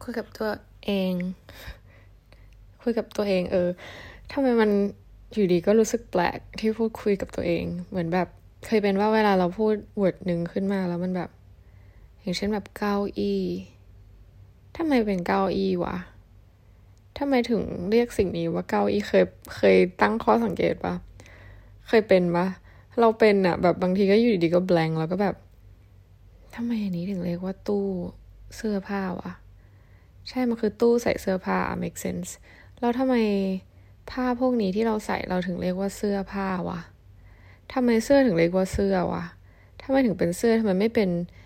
คุยกับตัวเองทำไมมันอยู่ดีก็รู้สึกแปลกที่พูดคุยกับตัวเองเหมือนแบบเคยเป็นว่าเวลาเราพูด word หนึ่งขึ้นมาแล้วมันแบบอย่างเช่นแบบเก้าอี้ทำไมเป็นเก้าอี้วะทำไมถึงเรียกสิ่งนี้ว่าเก้าอี้เคยตั้งข้อสังเกตปะเคยเป็นปะเราเป็นอะแบบบางทีก็อยู่ดีๆก็ blank แล้วก็แบบทำไมอันนี้ถึงเรียกว่าตู้เสื้อผ้าวะใช่มันคือตู้ใส่เสื้อผ้า make sense แล้วทำไมผ้าพวกนี้ที่เราใส่เราถึงเรียกว่าเสื้อผ้าวะทำไมเสื้อถึงเรียกว่าเสื้อวะทำไมถึงเป็นเสื้อทำไมไม่เป็น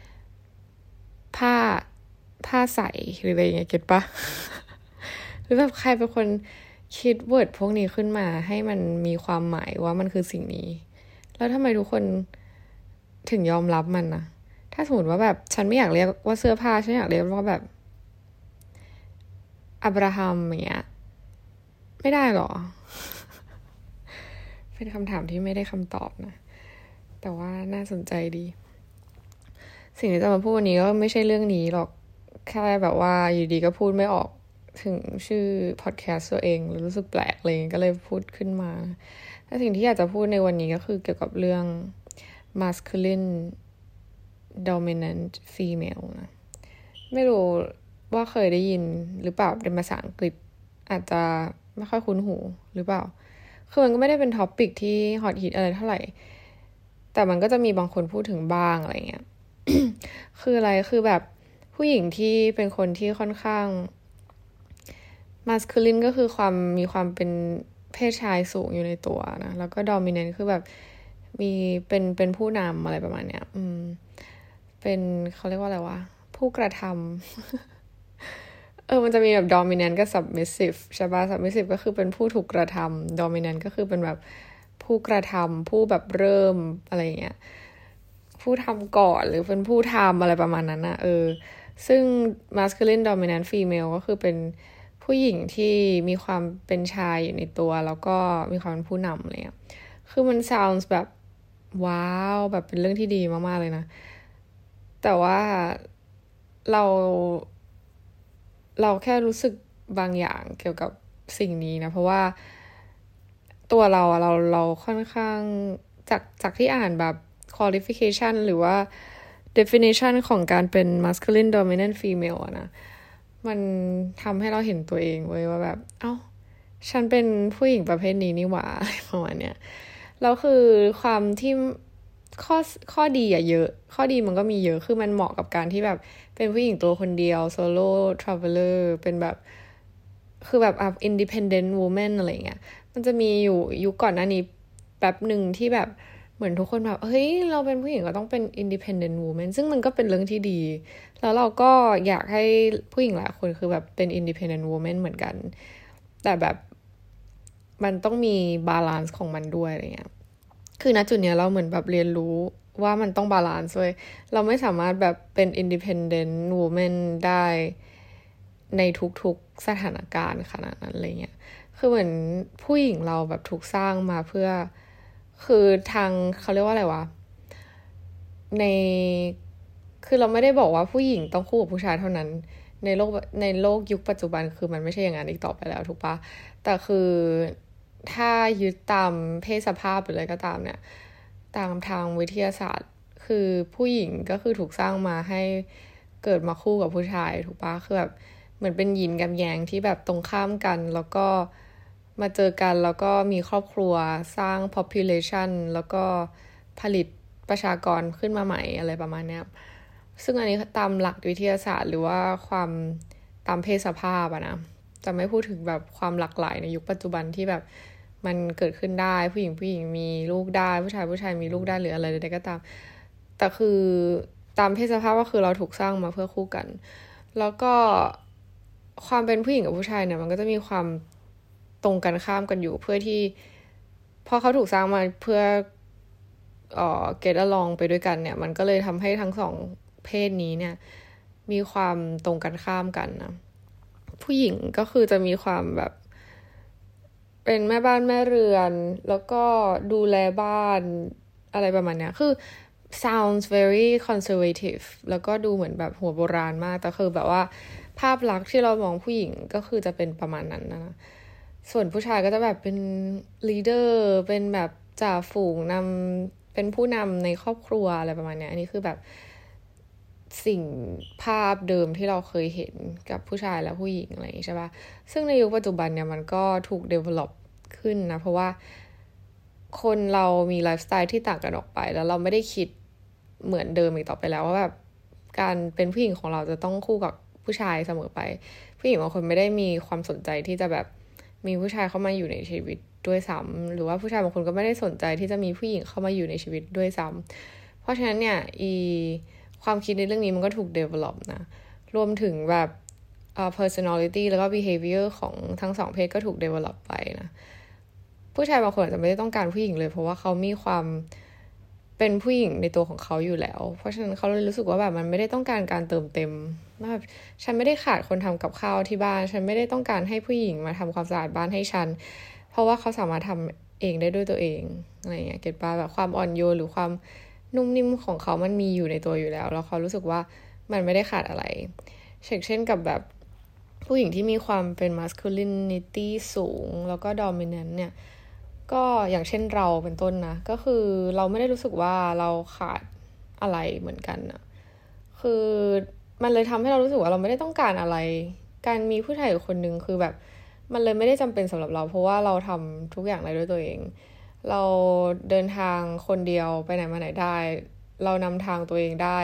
ผ้าใส่หรืออะไรอย่างเงี้ยเก็ตปะ หรือแบบใครเป็นคนคิดเวิร์ดพวกนี้ขึ้นมาให้มันมีความหมายว่ามันคือสิ่งนี้แล้วทำไมทุกคนถึงยอมรับมันนะถ้าสมมติว่าแบบฉันไม่อยากเรียกว่าเสื้อผ้าฉันอยากเรียกว่าแบบอับราฮัมอย่างเงี้ยไม่ได้หรอ เป็นคำถามที่ไม่ได้คำตอบนะแต่ว่าน่าสนใจดีสิ่งที่จะมาพูดวันนี้ก็ไม่ใช่เรื่องนี้หรอกแค่แบบว่าอยู่ดีก็พูดไม่ออกถึงชื่อพอดแคสต์ตัวเองรู้สึกแปลกเลยก็เลยพูดขึ้นมาแต่สิ่งที่อยากจะพูดในวันนี้ก็คือเกี่ยวกับเรื่อง masculine dominant female นะไม่รู้ว่าเคยได้ยินหรือเปล่าเป็นภาษาอังกฤษอาจจะไม่ค่อยคุ้นหูหรือเปล่าคือมันก็ไม่ได้เป็นท็อปิกที่ฮอตฮิตอะไรเท่าไหร่แต่มันก็จะมีบางคนพูดถึงบ้างอะไรเงี้ย คืออะไรคือแบบผู้หญิงที่เป็นคนที่ค่อนข้างmasculine ก็คือมีความเป็นเพศชายสูงอยู่ในตัวนะแล้วก็ dominant คือแบบมีเป็นผู้นำอะไรประมาณเนี้ยเป็นเขาเรียกว่าอะไรวะผู้กระทำมันจะมีแบบ dominant กับ submissive ใช่ป่ะ submissive ก็คือเป็นผู้ถูกกระทำ dominant ก็คือเป็นแบบผู้กระทำผู้แบบเริ่มอะไรอย่างเงี้ยผู้ทำก่อนหรือเป็นผู้ทำอะไรประมาณนั้นนะซึ่ง masculine dominant female ก็คือเป็นผู้หญิงที่มีความเป็นชายอยู่ในตัวแล้วก็มีความเป็นผู้นำอะไรเงี้ยคือมัน sounds แบบว้าวแบบเป็นเรื่องที่ดีมากๆเลยนะแต่ว่าเราแค่รู้สึกบางอย่างเกี่ยวกับสิ่งนี้นะเพราะว่าตัวเราค่อนข้างจากที่อ่านแบบ qualification หรือว่า definition ของการเป็น masculine dominant female อะนะมันทำให้เราเห็นตัวเองเว้ยว่าแบบฉันเป็นผู้หญิงประเภทนี้นี่หว่าอะไรประมาณเนี้ยแล้วคือความที่ข้อดีอะเยอะข้อดีมันก็มีเยอะคือมันเหมาะกับการที่แบบเป็นผู้หญิงตัวคนเดียวโซโล่ทราเวลเลอร์เป็นแบบคือแบบindependent woman อะไรเงี้ยมันจะมีอยู่ยุคก่อนหน้านี้แป๊บหนึ่งที่แบบเหมือนทุกคนแบบเฮ้ยเราเป็นผู้หญิงก็ต้องเป็น independent woman ซึ่งมันก็เป็นเรื่องที่ดีแล้วเราก็อยากให้ผู้หญิงหลายคนคือแบบเป็น independent woman เหมือนกันแต่แบบมันต้องมีบาลานซ์ของมันด้วยอะไรเงี้ยคือณจุดเนี้ยเราเหมือนแบบเรียนรู้ว่ามันต้องบาลานซ์ด้วยเราไม่สามารถแบบเป็น independent woman ได้ในทุกๆสถานการณ์ขนาดนั้นอะไรเงี้ยคือเหมือนผู้หญิงเราแบบถูกสร้างมาเพื่อคือทางเขาเรียกว่าอะไรวะคือเราไม่ได้บอกว่าผู้หญิงต้องคู่กับผู้ชายเท่านั้นในโลกยุคปัจจุบันคือมันไม่ใช่อย่างนั้นอีกต่อไปแล้วถูกปะแต่คือถ้ายึดตามเพศสภาพหรืออะไรก็ตามเนี่ยตามทางวิทยาศาสตร์คือผู้หญิงก็คือถูกสร้างมาให้เกิดมาคู่กับผู้ชายถูกปะคือแบบเหมือนเป็นหยินกับแยงที่แบบตรงข้ามกันแล้วก็มาเจอกันแล้วก็มีครอบครัวสร้าง population แล้วก็ผลิตประชากรขึ้นมาใหม่อะไรประมาณนี้ซึ่งอันนี้ตามหลักวิทยาศาสตร์หรือว่าความตามเพศสภาพอะนะจะไม่พูดถึงแบบความหลากหลายในยุคปัจจุบันที่แบบมันเกิดขึ้นได้ผู้หญิงมีลูกได้ผู้ชายมีลูกได้หรืออะไรใดๆก็ตามแต่คือตามเพศสภาพก็คือเราถูกสร้างมาเพื่อคู่กันแล้วก็ความเป็นผู้หญิงกับผู้ชายเนี่ยมันก็จะมีความตรงกันข้ามกันอยู่เพื่อที่พอเขาถูกสร้างมาเพื่อget along ไปด้วยกันเนี่ยมันก็เลยทำให้ทั้งสองเพศนี้เนี่ยมีความตรงกันข้ามกันนะผู้หญิงก็คือจะมีความแบบเป็นแม่บ้านแม่เรือนแล้วก็ดูแลบ้านอะไรประมาณเนี้ยคือ sounds very conservative แล้วก็ดูเหมือนแบบหัวโบราณมากแต่คือแบบว่าภาพลักษณ์ที่เรามองผู้หญิงก็คือจะเป็นประมาณนั้นนะส่วนผู้ชายก็จะแบบเป็นลีดเดอร์เป็นแบบจ่าฝูงนำเป็นผู้นำในครอบครัวอะไรประมาณนี้อันนี้คือแบบสิ่งภาพเดิมที่เราเคยเห็นกับผู้ชายและผู้หญิงอะไรอย่างนี้ใช่ปะซึ่งในยุคปัจจุบันเนี่ยมันก็ถูก develop ขึ้นนะเพราะว่าคนเรามีไลฟ์สไตล์ที่ต่างกันออกไปแล้วเราไม่ได้คิดเหมือนเดิมอีกต่อไปแล้วว่าแบบการเป็นผู้หญิงของเราจะต้องคู่กับผู้ชายเสมอไปผู้หญิงบางคนไม่ได้มีความสนใจที่จะแบบมีผู้ชายเข้ามาอยู่ในชีวิตด้วยซ้ำหรือว่าผู้ชายบางคนก็ไม่ได้สนใจที่จะมีผู้หญิงเข้ามาอยู่ในชีวิตด้วยซ้ำเพราะฉะนั้นเนี่ยความคิดในเรื่องนี้มันก็ถูก develop นะรวมถึงแบบpersonality แล้วก็ behavior ของทั้งสองเพศก็ถูก develop ไปนะผู้ชายบางคนอาจจะไม่ได้ต้องการผู้หญิงเลยเพราะว่าเขามีความเป็นผู้หญิงในตัวของเขาอยู่แล้วเพราะฉะนั้นเขาเลยรู้สึกว่าแบบมันไม่ได้ต้องการการเติมเต็มแบบฉันไม่ได้ขาดคนทำกับข้าวที่บ้านฉันไม่ได้ต้องการให้ผู้หญิงมาทำความสะอาดบ้านให้ฉันเพราะว่าเขาสามารถทำเองได้ด้วยตัวเองอะไรเงี้ยเก็ตป่ะแบบความอ่อนโยนหรือความนุ่มนิ่มของเขามันมีอยู่ในตัวอยู่แล้วแล้วเขารู้สึกว่ามันไม่ได้ขาดอะไรเช่นกับแบบผู้หญิงที่มีความเป็น masculinity สูงแล้วก็ dominant เนี่ยก็อย่างเช่นเราเป็นต้นนะก็คือเราไม่ได้รู้สึกว่าเราขาดอะไรเหมือนกันนะคือมันเลยทำให้เรารู้สึกว่าเราไม่ได้ต้องการอะไรการมีผู้ชายคนนึงคือแบบมันเลยไม่ได้จำเป็นสำหรับเราเพราะว่าเราทำทุกอย่างได้ด้วยตัวเองเราเดินทางคนเดียวไปไหนมาไหนได้เรานำทางตัวเองได้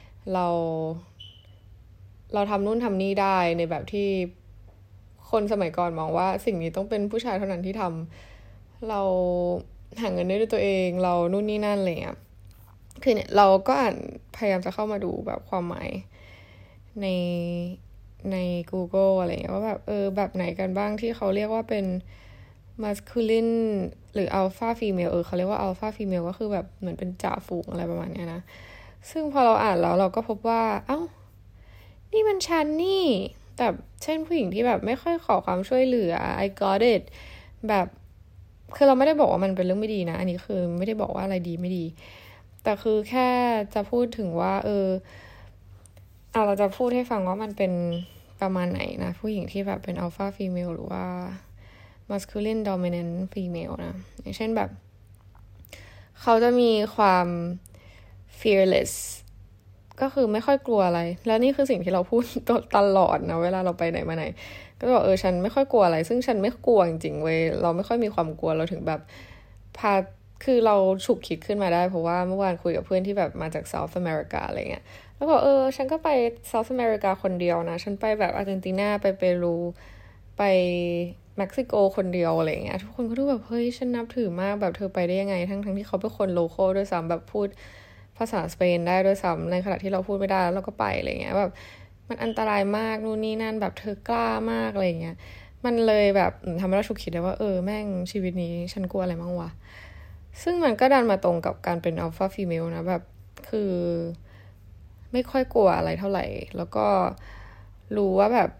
เราทำนู่นทำนี่ได้ในแบบที่คนสมัยก่อนมองว่าสิ่งนี้ต้องเป็นผู้ชายเท่านั้นที่ทำเราหาเงินได้ด้วยตัวเองเรานู่นนี่นั่นอะไรเงี้ยคือเนี่ยเราก็พยายามจะเข้ามาดูแบบความหมายใน Google อะไรเงี้ยว่าแบบแบบไหนกันบ้างที่เขาเรียกว่าเป็น masculine หรือ alpha female เขาเรียกว่า alpha female ก็คือแบบเหมือนเป็นจ่าฝูงอะไรประมาณนี้นะซึ่งพอเราอ่านแล้วเราก็พบว่านี่มันฉันนี่แบบเช่นผู้หญิงที่แบบไม่ค่อยขอความช่วยเหลือ I got it แบบคือเราไม่ได้บอกว่ามันเป็นเรื่องไม่ดีนะอันนี้คือไม่ได้บอกว่าอะไรดีไม่ดีแต่คือแค่จะพูดถึงว่าเราจะพูดให้ฟังว่ามันเป็นประมาณไหนนะผู้หญิงที่แบบเป็น alpha female หรือว่า masculine dominant female นะอย่างเช่นแบบเขาจะมีความ fearless ก็คือไม่ค่อยกลัวอะไรแล้วนี่คือสิ่งที่เราพูดตลอดนะเวลาเราไปไหนมาไหนก็บอกฉันไม่ค่อยกลัวอะไรซึ่งฉันไม่กลัวจริงๆเว้ยเราไม่ค่อยมีความกลัวเราถึงแบบคือเราฉุกคิดขึ้นมาได้เพราะว่าเมื่อวานคุยกับเพื่อนที่แบบมาจาก South America อะไรเงี้ยแล้วบอกฉันก็ไป South America คนเดียวนะฉันไปแบบอาร์เจนตินาไปเปรูไปเม็กซิโกคนเดียวอะไรเงี้ยทุกคนก็ดูแบบเฮ้ยฉันนับถือมากแบบเธอไปได้ยังไงทั้งที่เขาเป็นคนโลคอลด้วยซ้ำแบบพูดภาษาสเปนได้ด้วยซ้ำในขณะที่เราพูดไม่ได้แล้วเราก็ไปอะไรเงี้ยแบบมันอันตรายมากนู่นนี่นั่นแบบเธอกล้ามากอะไรเงี้ยมันเลยแบบทำให้เราฉุกคิดได้ว่าแม่งชีวิตนี้ฉันกลัวอะไรบ้างวะซึ่งมันก็ดันมาตรงกับการเป็นอัลฟาฟีเมลนะแบบคือไม่ค่อยกลัวอะไรเท่าไหร่แล้วก็รู้ว่าแบบ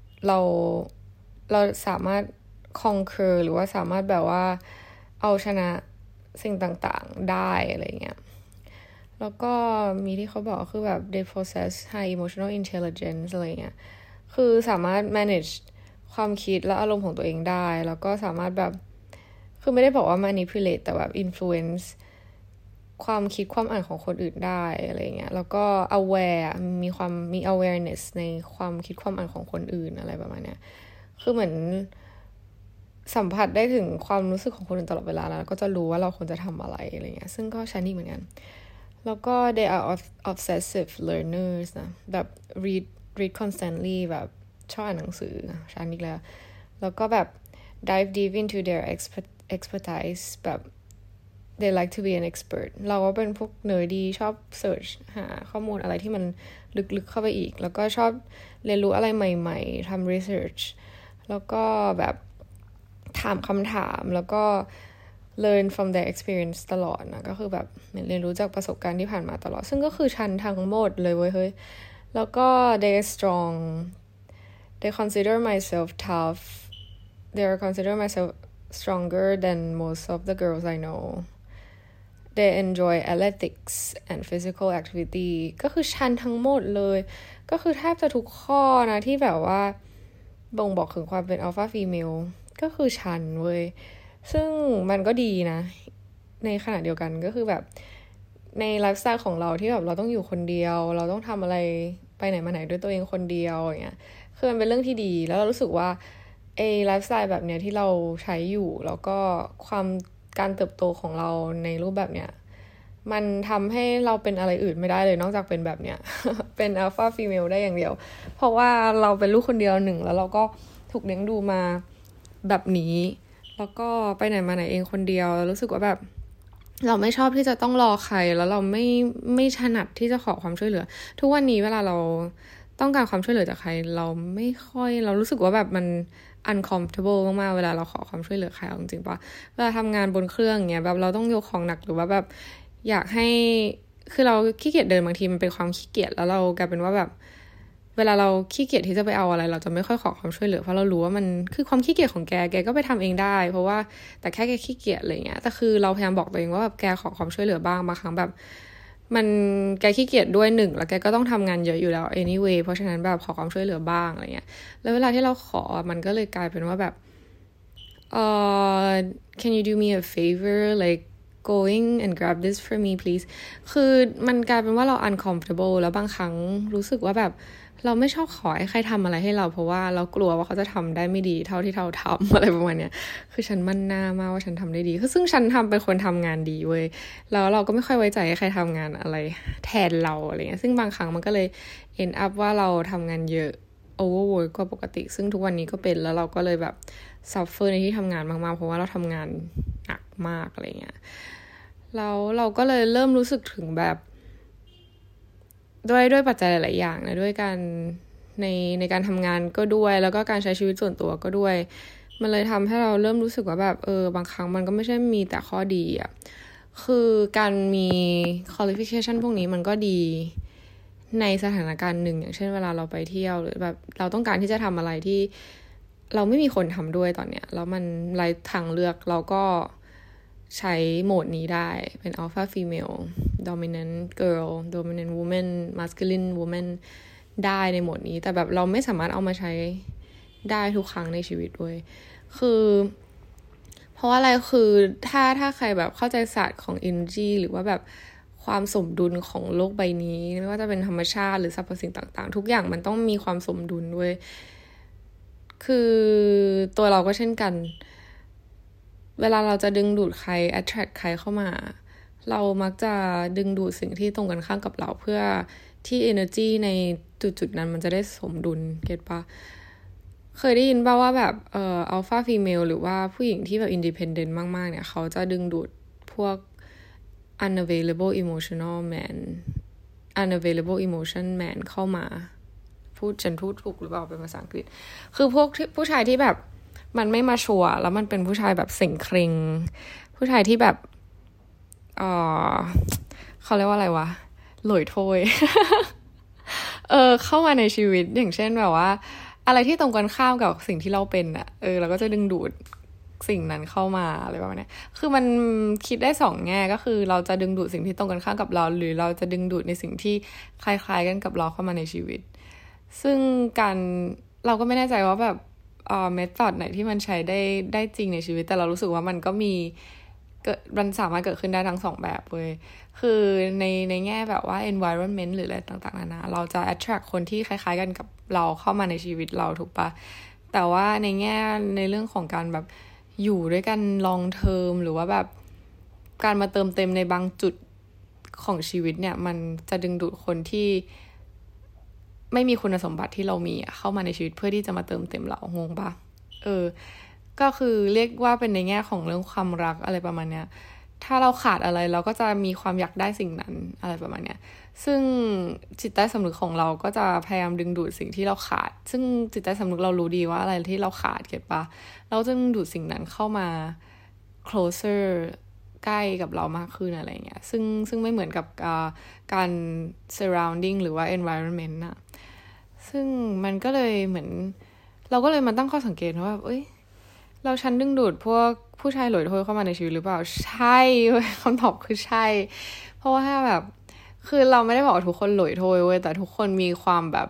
เราสามารถ conquer หรือว่าสามารถแบบว่าเอาชนะสิ่งต่างๆได้อะไรเงี้ยแล้วก็มีที่เขาบอกคือแบบ they possess high emotional intelligence อะไรเงี้ยคือสามารถ manage ความคิดและอารมณ์ของตัวเองได้แล้วก็สามารถแบบคือไม่ได้บอกว่า manipulate แต่แบบ influence ความคิดความอ่านของคนอื่นได้อะไรเงี้ยแล้วก็ aware มี awareness ในความคิดความอ่านของคนอื่นอะไรประมาณเนี้ยคือเหมือนสัมผัสได้ถึงความรู้สึกของคนอื่นตลอดเวลาแล้วก็จะรู้ว่าเราควรจะทำอะไรอะไรเงี้ยซึ่งก็ใช้นี่เหมือนกันแล้วก็ they are obsessive learners นะแบบ read constantly แบบชอบอ่านหนังสือชั้นอีกแล้วก็แบบ dive deep into their expertise แบบ they like to be an expert เราก็เป็นพวก nerdy ชอบ search หาข้อมูลอะไรที่มันลึกๆเข้าไปอีกแล้วก็ชอบเรียนรู้อะไรใหม่ๆทำ research แล้วก็แบบถามคำถามแล้วก็ learn from their experience ตลอดนะก็คือแบบเรียนรู้จากประสบการณ์ที่ผ่านมาตลอดซึ่งก็คือชั้นทั้งหมดเลยเว้ยเฮ้ยแล้วก็ they strong they consider myself tough they consider myself stronger than most of the girls I know they enjoy athletics and physical activity ก็คือชันทั้งหมดเลยก็คือแทบจะทุกข้อนะที่แบบว่าบ่งบอกถึงความเป็น alpha female ก็คือชันเว้ยซึ่งมันก็ดีนะในขณะเดียวกันก็คือแบบในไลฟ์สไตล์ของเราที่แบบเราต้องอยู่คนเดียวเราต้องทำอะไรไปไหนมาไหนด้วยตัวเองคนเดียวอย่างเงี้ยคือมันเป็นเรื่องที่ดีแล้วเรารู้สึกว่าไลฟ์สไตล์แบบเนี้ยที่เราใช้อยู่แล้วก็การเติบโตของเราในรูปแบบเนี้ยมันทำให้เราเป็นอะไรอื่นไม่ได้เลยนอกจากเป็นแบบเนี้ย เป็นอัลฟาฟีเมลได้อย่างเดียวเพราะว่าเราเป็นลูกคนเดียวหนึ่งแล้วเราก็ถูกเลี้ยงดูมาแบบนี้แล้วก็ไปไหนมาไหนเองคนเดียวรู้สึกว่าแบบเราไม่ชอบที่จะต้องรอใครแล้วเราไม่ถนัดที่จะขอความช่วยเหลือทุกวันนี้เวลาเราต้องการความช่วยเหลือจากใครเรารู้สึกว่าแบบมัน uncomfortable มากๆเวลาเราขอความช่วยเหลือใครจริงๆปะเวลาทำงานบนเครื่องเงี้ยแบบเราต้องยกของหนักหรือว่าแบบอยากให้คือเราขี้เกียจเดินบางทีมันเป็นความขี้เกียจแล้วเรากลายเป็นว่าแบบเวลาเราขี้เกียจที่จะไปเอาอะไรเราจะไม่ค่อยขอความช่วยเหลือเพราะเรารู้ว่ามันคือความขี้เกียจของแกก็ไปทำเองได้เพราะว่าแต่แค่แกขี้เกียจอะไรเงี้ยแต่คือเราพยายามบอกตัวเองว่าแบบแกขอความช่วยเหลือบ้างบางครั้งแบบมันแกขี้เกียจด้วยหนึ่งแล้วแกก็ต้องทำงานเยอะอยู่แล้ว anyway เพราะฉะนั้นแบบขอความช่วยเหลือบ้างอะไรเงี้ยแล้วเวลาที่เราขอมันก็เลยกลายเป็นว่าแบบcan you do me a favor like going and grab this for me please คือมันกลายเป็นว่าเรา uncomfortable แล้วบางครั้งรู้สึกว่าแบบเราไม่ชอบขอให้ใครทำอะไรให้เราเพราะว่าเรากลัวว่าเขาจะทำได้ไม่ดีเท่าที่เราทำ อะไรประมาณเนี้ยคือฉันมั่นหน้ามากว่าฉันทำได้ดีคือซึ่งฉันเป็นคนทำงานดีเว้ยแล้วเราก็ไม่ค่อยไว้ใจให้ใครทำงานอะไรแทนเราอะไรเงี้ยซึ่งบางครั้งมันก็เลย end up ว่าเราทำงานเยอะ overwork กว่าปกติซึ่งทุกวันนี้ก็เป็นแล้วเราก็เลยแบบ suffer ในที่ทำงานมากๆเพราะว่าเราทำงานหนักมากอะไรเงี้ยแล้วเราก็เลยเริ่มรู้สึกถึงแบบด้วยปัจจัยหลายๆอย่างนะด้วยการในการทำงานก็ด้วยแล้วก็การใช้ชีวิตส่วนตัวก็ด้วยมันเลยทำให้เราเริ่มรู้สึกว่าแบบบางครั้งมันก็ไม่ใช่มีแต่ข้อดีอ่ะคือการมี qualification พวกนี้มันก็ดีในสถานการณ์หนึ่งอย่างเช่นเวลาเราไปเที่ยวหรือแบบเราต้องการที่จะทำอะไรที่เราไม่มีคนทำด้วยตอนเนี้ยแล้วมันไร้ทางเลือกเราก็ใช้โหมดนี้ได้เป็น alpha female dominant girl dominant woman masculine woman ได้ในโหมดนี้แต่แบบเราไม่สามารถเอามาใช้ได้ทุกครั้งในชีวิตด้วยคือเพราะว่าอะไรคือถ้าใครแบบเข้าใจศาสตร์ของ energy หรือว่าแบบความสมดุลของโลกใบนี้ไม่ว่าจะเป็นธรรมชาติหรือสรรพสิ่งต่างๆทุกอย่างมันต้องมีความสมดุลด้วยคือตัวเราก็เช่นกันเวลาเราจะดึงดูดใคร attract ใครเข้ามาเรามักจะดึงดูดสิ่งที่ตรงกันข้ามกับเราเพื่อที่ energy ในจุดนั้นมันจะได้สมดุลเก็ทปะเคยได้ยินป่ะว่าแบบalpha female หรือว่าผู้หญิงที่แบบ independent มากๆเนี่ยเขาจะดึงดูดพวก unavailable emotional man unavailable emotion man เข้ามาฉันพูดถูกหรือเปล่าเป็นภาษาอังกฤษคือพวกผู้ชายที่แบบมันไม่มาชัวร์แล้วมันเป็นผู้ชายแบบเส่งเคร่งผู้ชายที่แบบเขาเรียกว่าอะไรวะหลอยโถย เข้ามาในชีวิตอย่างเช่นแบบว่าอะไรที่ตรงกันข้ามกับสิ่งที่เราเป็นอ่ะเราก็จะดึงดูดสิ่งนั้นเข้ามาอะไรประมาณนี้คือมันคิดได้สองแง่ก็คือเราจะดึงดูดสิ่งที่ตรงกันข้ามกับเราหรือเราจะดึงดูดในสิ่งที่คล้ายๆกันกับเราเข้ามาในชีวิตซึ่งเราก็ไม่แน่ใจว่าแบบเมธอดไหนที่มันใช้ได้จริงในชีวิตแต่เรารู้สึกว่ามันก็มันสามารถเกิดขึ้นได้ทั้งสองแบบเลยคือในแง่แบบว่า environment หรืออะไรต่างๆนานาเราจะ attract คนที่คล้ายๆกันกับเราเข้ามาในชีวิตเราถูกปะแต่ว่าในแง่ในเรื่องของการแบบอยู่ด้วยกัน long term หรือว่าแบบการมาเติมเต็มในบางจุดของชีวิตเนี่ยมันจะดึงดูดคนที่ไม่มีคุณสมบัติที่เรามีเข้ามาในชีวิตเพื่อที่จะมาเติมเต็มเรางงปะก็คือเรียกว่าเป็นในแง่ของเรื่องความรักอะไรประมาณเนี้ยถ้าเราขาดอะไรเราก็จะมีความอยากได้สิ่งนั้นอะไรประมาณเนี้ยซึ่งจิตใต้สำนึกของเราก็จะพยายามดึงดูดสิ่งที่เราขาดซึ่งจิตใต้สำนึกเรารู้ดีว่าอะไรที่เราขาดเก็ทปะเราจะดึงดูดสิ่งนั้นเข้ามา closer ใกล้กับเรามากขึ้นอะไรเงี้ยซึ่งไม่เหมือนกับการ surrounding หรือว่า environment นะซึ่งมันก็เลยเหมือนเราก็เลยมาตั้งข้อสังเกตว่าเราฉันดึงดูดพวกผู้ชายหลอยโถยเข้ามาในชีวิตหรือเปล่าใช่คำตอบคือใช่เพราะว่าแบบคือเราไม่ได้บอกทุกคนหลอยโถยเว้ยแต่ทุกคนมีความแบบ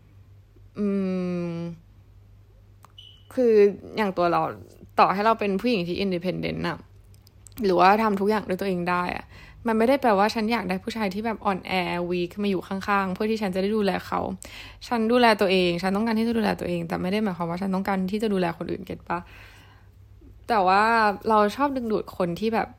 คืออย่างตัวเราต่อให้เราเป็นผู้หญิงที่อินดิเพนเดนต์อะหรือว่าทำทุกอย่างด้วยตัวเองได้อะมันไม่ได้แปลว่าฉันอยากได้ผู้ชายที่แบบอ่อนแอวีคมาอยู่ข้างๆเพื่อที่ฉันจะได้ดูแลเขาฉันดูแลตัวเองฉันต้องการที่จะดูแลตัวเองแต่ไม่ได้หมายความว่าฉันต้องการที่จะดูแลคนอื่นเก็ตปะแต่ว่าเราชอบดึงดูดคนที่แบบ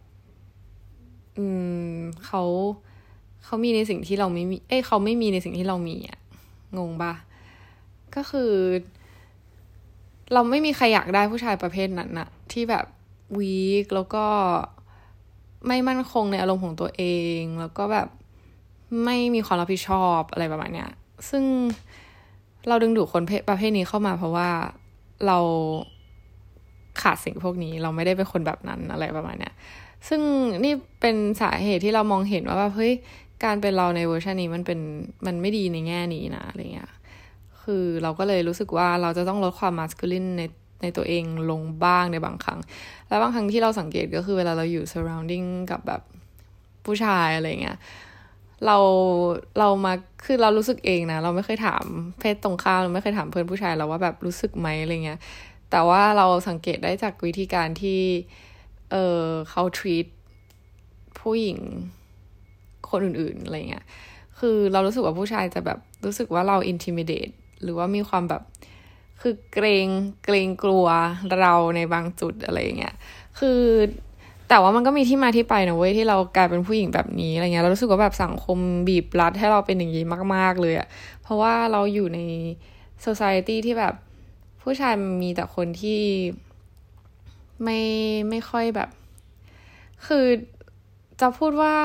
เขามีในสิ่งที่เราไม่มีเขาไม่มีในสิ่งที่เรามีอ่ะงงปะก็คือเราไม่มีใครอยากได้ผู้ชายประเภทนั้นน่ะที่แบบวีคแล้วก็ไม่มั่นคงในอารมณ์ของตัวเองแล้วก็แบบไม่มีความรับผิดชอบอะไรประมาณเนี้ยซึ่งเราดึงดูดคนประเภทนี้เข้ามาเพราะว่าเราขาดสิ่งพวกนี้เราไม่ได้เป็นคนแบบนั้นอะไรประมาณเนี้ยซึ่งนี่เป็นสาเหตุที่เรามองเห็นว่าแบบเฮ้ยการเป็นเราในเวอร์ชันนี้มันไม่ดีในแง่นี้นะอะไรเงี้ยคือเราก็เลยรู้สึกว่าเราจะต้องลดความมัสคูลินในตัวเองลงบ้างในบางครั้งและบางครั้งที่เราสังเกตก็คือเวลาเราอยู่ surrounding กับแบบผู้ชายอะไรเงี้ยเรามาคือเรารู้สึกเองนะเราไม่เคยถามเพศตรงข้ามเราไม่เคยถามเพื่อนผู้ชายเราว่าแบบรู้สึกไหมอะไรเงี้ยแต่ว่าเราสังเกตได้จากวิธีการที่เขา treat ผู้หญิงคนอื่นๆอะไรเงี้ยคือเรารู้สึกว่าผู้ชายจะแบบรู้สึกว่าเรา intimidate หรือว่ามีความแบบคือเกรงกลัวเราในบางจุดอะไรเงี้ยคือแต่ว่ามันก็มีที่มาที่ไปนะเว้ยที่เรากลายเป็นผู้หญิงแบบนี้อะไรเงี้ยเรารู้สึกว่าแบบสังคมบีบรัดให้เราเป็นอย่างนี้มากๆเลยอะเพราะว่าเราอยู่ใน society ที่แบบผู้ชายมีแต่คนที่ไม่ค่อยแบบคือจะพูดว่า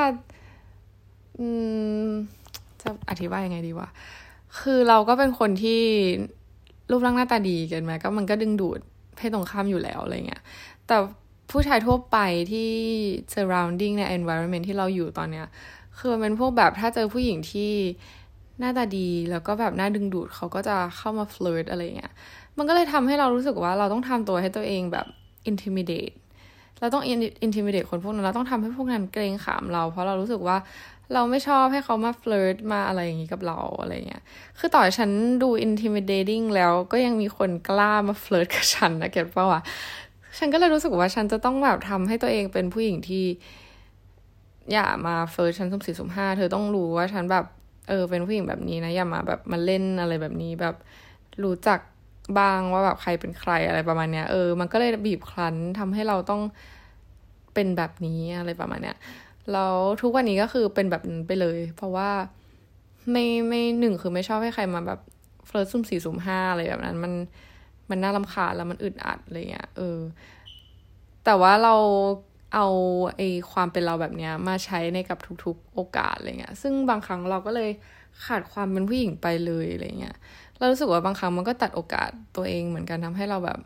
จะอธิบายยังไงดีวะคือเราก็เป็นคนที่รูปร่างหน้าตาดีกันไหมก็มันก็ดึงดูดเพศตรงข้ามอยู่แล้วอะไรเงี้ยแต่ผู้ชายทั่วไปที่ surrounding ใน environment ที่เราอยู่ตอนเนี้ยคือมันเป็นพวกแบบถ้าเจอผู้หญิงที่หน้าตาดีแล้วก็แบบน่าดึงดูดเขาก็จะเข้ามา flirt อะไรเงี้ยมันก็เลยทำให้เรารู้สึกว่าเราต้องทำตัวให้ตัวเองแบบ intimidate เราต้อง intimidate คนพวกนั้นเราต้องทำให้พวกนั้นเกรงขามเราเพราะเรารู้สึกว่าเราไม่ชอบให้เขามาเฟลิร์ตมาอะไรอย่างนี้กับเราอะไรเงี้ยคือต่อฉันดู intimidating แล้วก็ยังมีคนกล้ามาเฟลิร์ตกับฉันนะเก็ตป่าวะฉันก็เลยรู้สึกว่าฉันจะต้องแบบทำให้ตัวเองเป็นผู้หญิงที่อย่ามาเฟลิร์ตฉันสุ่มสี่สุ่มห้าเธอต้องรู้ว่าฉันแบบเป็นผู้หญิงแบบนี้นะอย่ามาแบบมาเล่นอะไรแบบนี้แบบรู้จักบ้างว่าแบบใครเป็นใครอะไรประมาณเนี้ยมันก็เลยบีบคั้นทำให้เราต้องเป็นแบบนี้อะไรประมาณเนี้ยแล้วทุกวันนี้ก็คือเป็นแบบนั้นไปเลยเพราะว่าไม่หนึ่งคือไม่ชอบให้ใครมาแบบเฟลิร์ตสุ่มสี่สุ่มห้าอะไรแบบนั้นมันน่ารำคาญแล้วมันอึดอัดอะไรเงี้ยแต่ว่าเราเอาความเป็นเราแบบเนี้ยมาใช้ในกับทุกๆโอกาสอะไรเงี้ยซึ่งบางครั้งเราก็เลยขาดความเป็นผู้หญิงไปเลยอะไรเงี้ยเรารู้สึกว่าบางครั้งมันก็ตัดโอกาสตัวเองเหมือนกันทำให้เราแบบ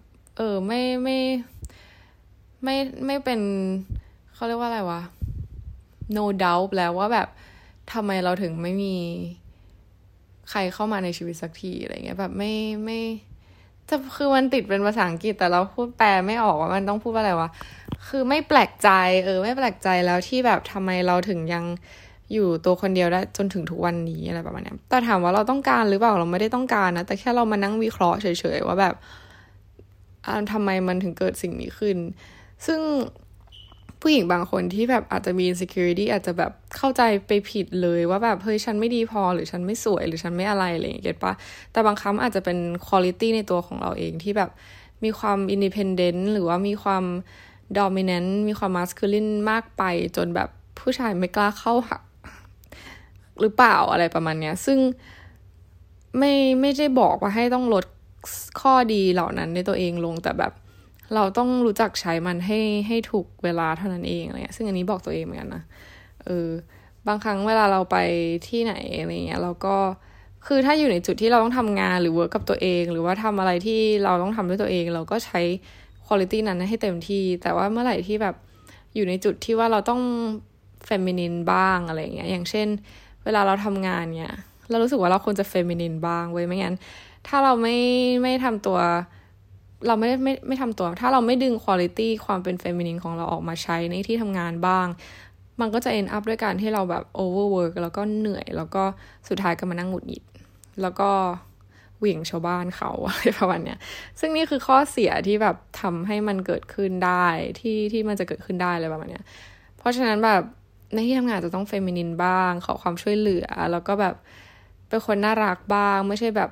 ไม่เป็นเขาเรียกว่าอะไรวะ no doubt แล้วว่าแบบทำไมเราถึงไม่มีใครเข้ามาในชีวิตสักทีอะไรเงี้ยแบบไม่จะคือมันติดเป็นภาษาอังกฤษแต่เราพูดแปลไม่ออกว่ามันต้องพูดว่าอะไรวะคือไม่แปลกใจไม่แปลกใจแล้วที่แบบทำไมเราถึงยังอยู่ตัวคนเดียวได้จนถึงทุกวันนี้อะไรประมาณนี้แต่ถามว่าเราต้องการหรือเปล่าเราไม่ได้ต้องการนะแต่แค่เรามานั่งวิเคราะห์เฉยๆว่าแบบทำไมมันถึงเกิดสิ่งนี้ขึ้นซึ่งผู้หญิงบางคนที่แบบอาจจะมี insecurity อาจจะแบบเข้าใจไปผิดเลยว่าแบบเฮ้ยฉันไม่ดีพอหรือฉันไม่สวยหรือฉันไม่อะไรอะไรอย่างเงี้ยเก็ทปะแต่บางครั้งอาจจะเป็น quality ในตัวของเราเองที่แบบมีความ independent หรือว่ามีความ dominant มีความ masculine มากไปจนแบบผู้ชายไม่กล้าเข้าหาหรือเปล่าอะไรประมาณเนี้ยซึ่งไม่ได้บอกว่าให้ต้องลดข้อดีเหล่านั้นในตัวเองลงแต่แบบเราต้องรู้จักใช้มันให้ถูกเวลาเท่านั้นเองอะไรเงี้ยซึ่งอันนี้บอกตัวเองเหมือนกันนะบางครั้งเวลาเราไปที่ไหนอะไรเงี้ยเราก็คือถ้าอยู่ในจุดที่เราต้องทำงานหรือเวิร์กกับตัวเองหรือว่าทำอะไรที่เราต้องทำด้วยตัวเองเราก็ใช้คุณภาพนั้นให้เต็มที่แต่ว่าเมื่อไหร่ที่แบบอยู่ในจุดที่ว่าเราต้องเฟมินินบ้างอะไรเงี้ยอย่างเช่นเวลาเราทำงานเนี่ยเรารู้สึกว่าเราควรจะเฟมินินบ้างเว้ยไม่งั้นถ้าเราไม่ทำตัวเราไม่ทำตัวถ้าเราไม่ดึงควอลิตี้ความเป็นเฟมินินของเราออกมาใช้ในที่ทำงานบ้างมันก็จะ end up ด้วยการที่เราแบบ overwork แล้วก็เหนื่อยแล้วก็สุดท้ายก็มานั่งหงุดหงิดแล้วก็เหวี่ยงชาวบ้านเขาอะไรประมาณเนี้ยซึ่งนี่คือข้อเสียที่แบบทำให้มันเกิดขึ้นได้ที่มันจะเกิดขึ้นได้อะไรประมาณเนี้ยเพราะฉะนั้นแบบในที่ทำงานจะต้องเฟมินินบ้างขอความช่วยเหลือแล้วก็แบบเป็นคนน่ารักบ้างไม่ใช่แบบ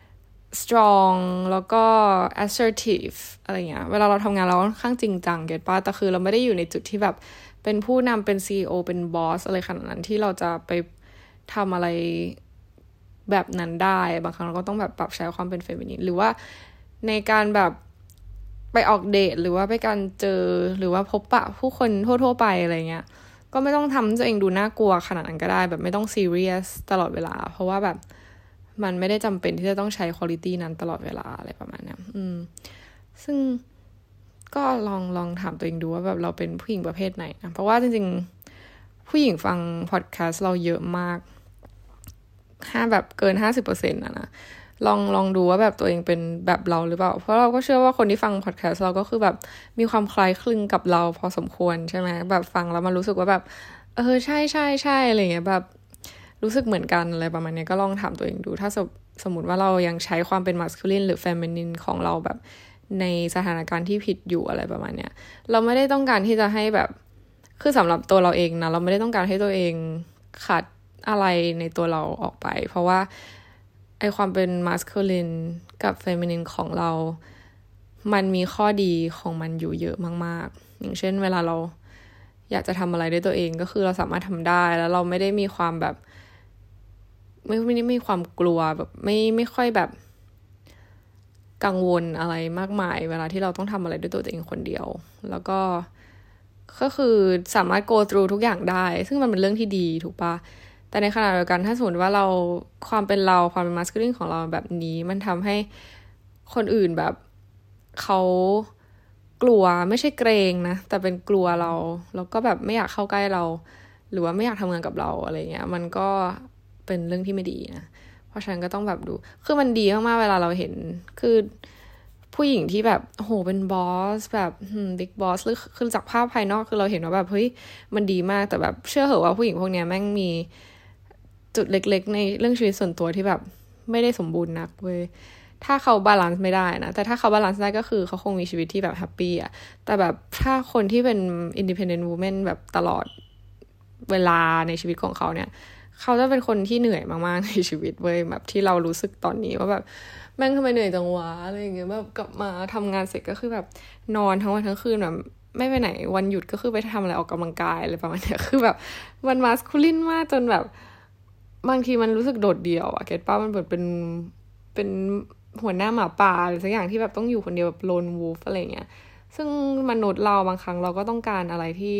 strong แล้วก็ assertive อะไรเงี้ยเวลาเราทำงานเราค่อนข้างจริงจังเก็ตป่ะแต่คือเราไม่ได้อยู่ในจุดที่แบบเป็นผู้นำเป็น CEO เป็นบอสอะไรขนาดนั้นที่เราจะไปทำอะไรแบบนั้นได้บางครั้งเราก็ต้องแบบปรับใช้ความเป็นเฟมินินหรือว่าในการแบบไปออกเดทหรือว่าไปการเจอหรือว่าพบปะผู้คนทั่วๆไปอะไรเงี้ยก็ไม่ต้องทำตัวเองดูน่ากลัวขนาดนั้นก็ได้แบบไม่ต้องซีเรียสตลอดเวลาเพราะว่าแบบมันไม่ได้จำเป็นที่จะต้องใช้ควอลิตี้นั้นตลอดเวลาอะไรประมาณนี้ซึ่งก็ลองถามตัวเองดูว่าแบบเราเป็นผู้หญิงประเภทไหนนะเพราะว่าจริงๆผู้หญิงฟังพอดแคสต์เราเยอะมากแบบเกิน 50% นะลองดูว่าแบบตัวเองเป็นแบบเราหรือเปล่าเพราะเราก็เชื่อว่าคนที่ฟังพอดแคสต์เราก็คือแบบมีความคล้ายคลึงกับเราพอสมควรใช่ไหมแบบฟังแล้วมันรู้สึกว่าแบบใช่อะไรอย่างเงี้ยแบบรู้สึกเหมือนกันอะไรประมาณนี้ก็ลองถามตัวเองดูถ้าสมมติว่าเรายังใช้ความเป็น masculine หรือ feminine ของเราแบบในสถานการณ์ที่ผิดอยู่อะไรประมาณเนี้ยเราไม่ได้ต้องการที่จะให้แบบคือสำหรับตัวเราเองนะเราไม่ได้ต้องการให้ตัวเองขัดอะไรในตัวเราออกไปเพราะว่าไอความเป็น masculine กับ feminine ของเรามันมีข้อดีของมันอยู่เยอะมากๆอย่างเช่นเวลาเราอยากจะทำอะไรด้วยตัวเองก็คือเราสามารถทำได้แล้วเราไม่ได้มีความแบบไม่ได้มีความกลัวแบบไม่ค่อยแบบกังวลอะไรมากมายเวลาที่เราต้องทำอะไรด้วยตัวเองคนเดียวแล้วก็คือสามารถ go through ทุกอย่างได้ซึ่งมันเป็นเรื่องที่ดีถูกปะแต่ในขณะเดียวกันถ้าสมมติว่าเราความเป็นเราความเป็น masculine ของเราแบบนี้มันทำให้คนอื่นแบบเขากลัวไม่ใช่เกรงนะแต่เป็นกลัวเราแล้วก็แบบไม่อยากเข้าใกล้เราหรือว่าไม่อยากทำงานกับเราอะไรเงี้ยมันก็เป็นเรื่องที่ไม่ดีนะเพราะฉะนั้นก็ต้องแบบดูคือมันดีมากๆเวลาเราเห็นคือผู้หญิงที่แบบโหเป็นบอสแบบบิ๊กบอสหรือคือจากภาพภายนอกคือเราเห็นว่าแบบเฮ้ยมันดีมากแต่แบบเชื่อเหอะว่าผู้หญิงพวกเนี้ยแม่งมีจุดเล็กๆในเรื่องชีวิตส่วนตัวที่แบบไม่ได้สมบูรณ์นักเว้ยถ้าเขาบาลานซ์ไม่ได้นะแต่ถ้าเขาบาลานซ์ได้ก็คือเขาคงมีชีวิตที่แบบแฮปปี้อะแต่แบบถ้าคนที่เป็น independent woman แบบตลอดเวลาในชีวิตของเขาเนี่ยเขาจะเป็นคนที่เหนื่อยมากๆในชีวิตเว้ยแบบที่เรารู้สึกตอนนี้ว่าแบบแม่งทำไมเหนื่อยจังวะอะไรอย่างเงี้ยแบบกลับมาทำงานเสร็จก็คือแบบนอนทั้งวันทั้งคืนแบบไม่ไปไหนวันหยุดก็คือไปทำอะไรออกกำลังกายอะไรประมาณนี้คือแบบมันมาสคูลินมากจนแบบบางทีมันรู้สึกโดดเดี่ยวอะเก็ตป้ามันเหมือนเป็นหัวหน้าหมาป่าหรือสักอย่างที่แบบต้องอยู่คนเดียวแบบโลนวูฟอะไรเงี้ยซึ่งมนุษย์เราบางครั้งเราก็ต้องการอะไรที่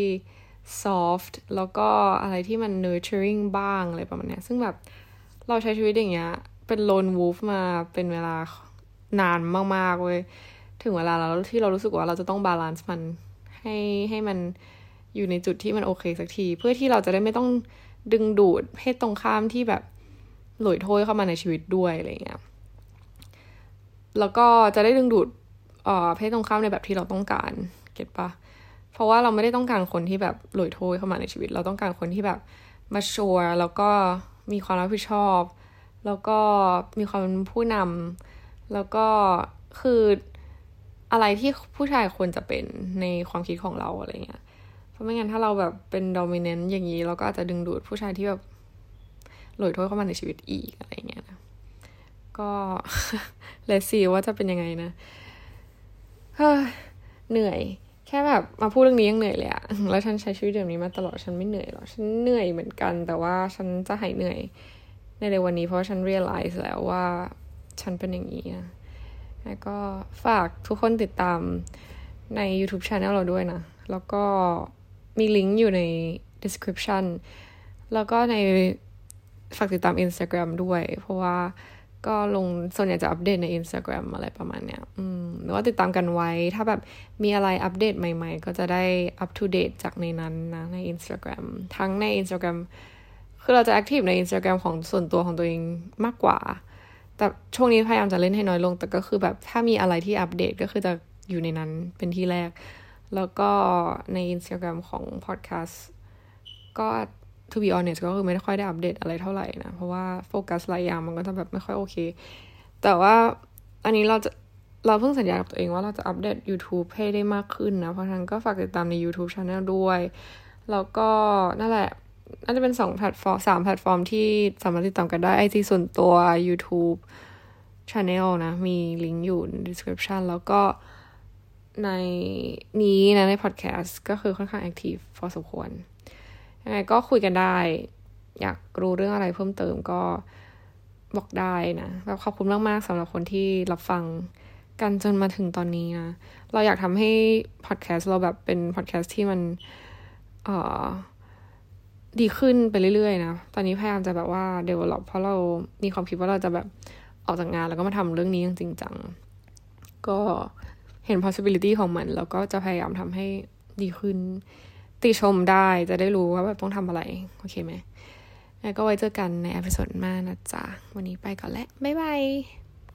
soft แล้วก็อะไรที่มัน nurturing บ้างอะไรประมาณเนี้ยซึ่งแบบเราใช้ชีวิตอย่างเงี้ยเป็นโลนวูฟมาเป็นเวลานานมากๆเว้ยถึงเวลาแล้วที่เรารู้สึกว่าเราจะต้องบาลานซ์มันให้มันอยู่ในจุดที่มันโอเคสักทีเพื่อที่เราจะได้ไม่ต้องดึงดูดเพศตรงข้ามที่แบบหลอยโถยเข้ามาในชีวิตด้วยอะไรเงี้ยแล้วก็จะได้ดึงดูดเพศตรงข้ามในแบบที่เราต้องการเก็ทปะเพราะว่าเราไม่ได้ต้องการคนที่แบบหลอยโถยเข้ามาในชีวิตเราต้องการคนที่แบบมาชัวร์แล้วก็มีความรับผิดชอบแล้วก็มีความเป็นผู้นำแล้วก็คืออะไรที่ผู้ชายควรจะเป็นในความคิดของเราอะไรเงี้ยเพราะไม่งั้นถ้าเราแบบเป็นดอมิเนนต์อย่างนี้เราก็อาจจะดึงดูดผู้ชายที่แบบหลอยโถยเข้ามาในชีวิตอีกอะไรเงี้ยนะก็ let's see ว่าจะเป็นยังไงนะเหนื่อยแค่แบบมาพูดเรื่องนี้ยังเหนื่อยเลยอะแล้วฉันใช้ชีวิตแบบนี้มาตลอดฉันไม่เหนื่อยหรอฉันเหนื่อยเหมือนกันแต่ว่าฉันจะหายเหนื่อยในวันนี้เพราะฉัน realize แล้วว่าฉันเป็นอย่างนี้นะแล้วก็ฝากทุกคนติดตามใน YouTube Channel เราด้วยนะแล้วก็มีลิงก์อยู่ใน description แล้วก็ในฝากติดตาม Instagram ด้วยเพราะว่าก็ลงส่วนใหญ่จะอัปเดตใน Instagram อะไรประมาณเนี้ยหรือว่าติดตามกันไว้ถ้าแบบมีอะไรอัปเดตใหม่ๆก็จะได้ up to date จากในนั้นนะใน Instagram ทั้งใน Instagram คือเราจะ active ใน Instagram ของส่วนตัวของตัวเองมากกว่าแต่ช่วงนี้พยายามจะเล่นให้น้อยลงแต่ก็คือแบบถ้ามีอะไรที่อัปเดตก็คือจะอยู่ในนั้นเป็นที่แรกแล้วก็ใน Instagram ของ podcast ก็ to be honest ก็คือไม่ได้ค่อยได้อัปเดตอะไรเท่าไหร่นะเพราะว่าโฟกัสหลายอย่างมันก็จะแบบไม่ค่อยโอเคแต่ว่าอันนี้เราเพิ่งสัญญากับตัวเองว่าเราจะอัปเดต YouTube ให้ได้มากขึ้นนะเพราะฉะนั้นก็ฝากติดตามใน YouTube Channel ด้วยแล้วก็นั่นแหละน่าจะเป็น2แพลตฟอร์ม3แพลตฟอร์มที่สามารถติดตามกันได้ IG ส่วนตัว YouTube Channel นะมีลิงก์อยู่ใน description แล้วก็ในนี้นะใน podcast ก็คือค่อนข้าง active พอสมควรยังไงก็คุยกันได้อยากรู้เรื่องอะไรเพิ่มเติมก็บอกได้นะแบบขอบคุณมากๆสำหรับคนที่รับฟังกันจนมาถึงตอนนี้นะเราอยากทำให้ podcast เราแบบเป็น podcast ที่มันดีขึ้นไปเรื่อยๆนะตอนนี้พยายามจะแบบว่า develop เพราะเรามีความคิดว่าเราจะแบบออกจากงานแล้วก็มาทำเรื่องนี้จริงจังก็เห็น possibility ของมันแล้วก็จะพยายามทำให้ดีขึ้นติชมได้จะได้รู้ว่าแบบต้องทำอะไรโอเคไหมแล้วก็ไว้เจอกันในเอพิโซดหน้านะจ๊ะวันนี้ไปก่อนแล้วบ๊ายบาย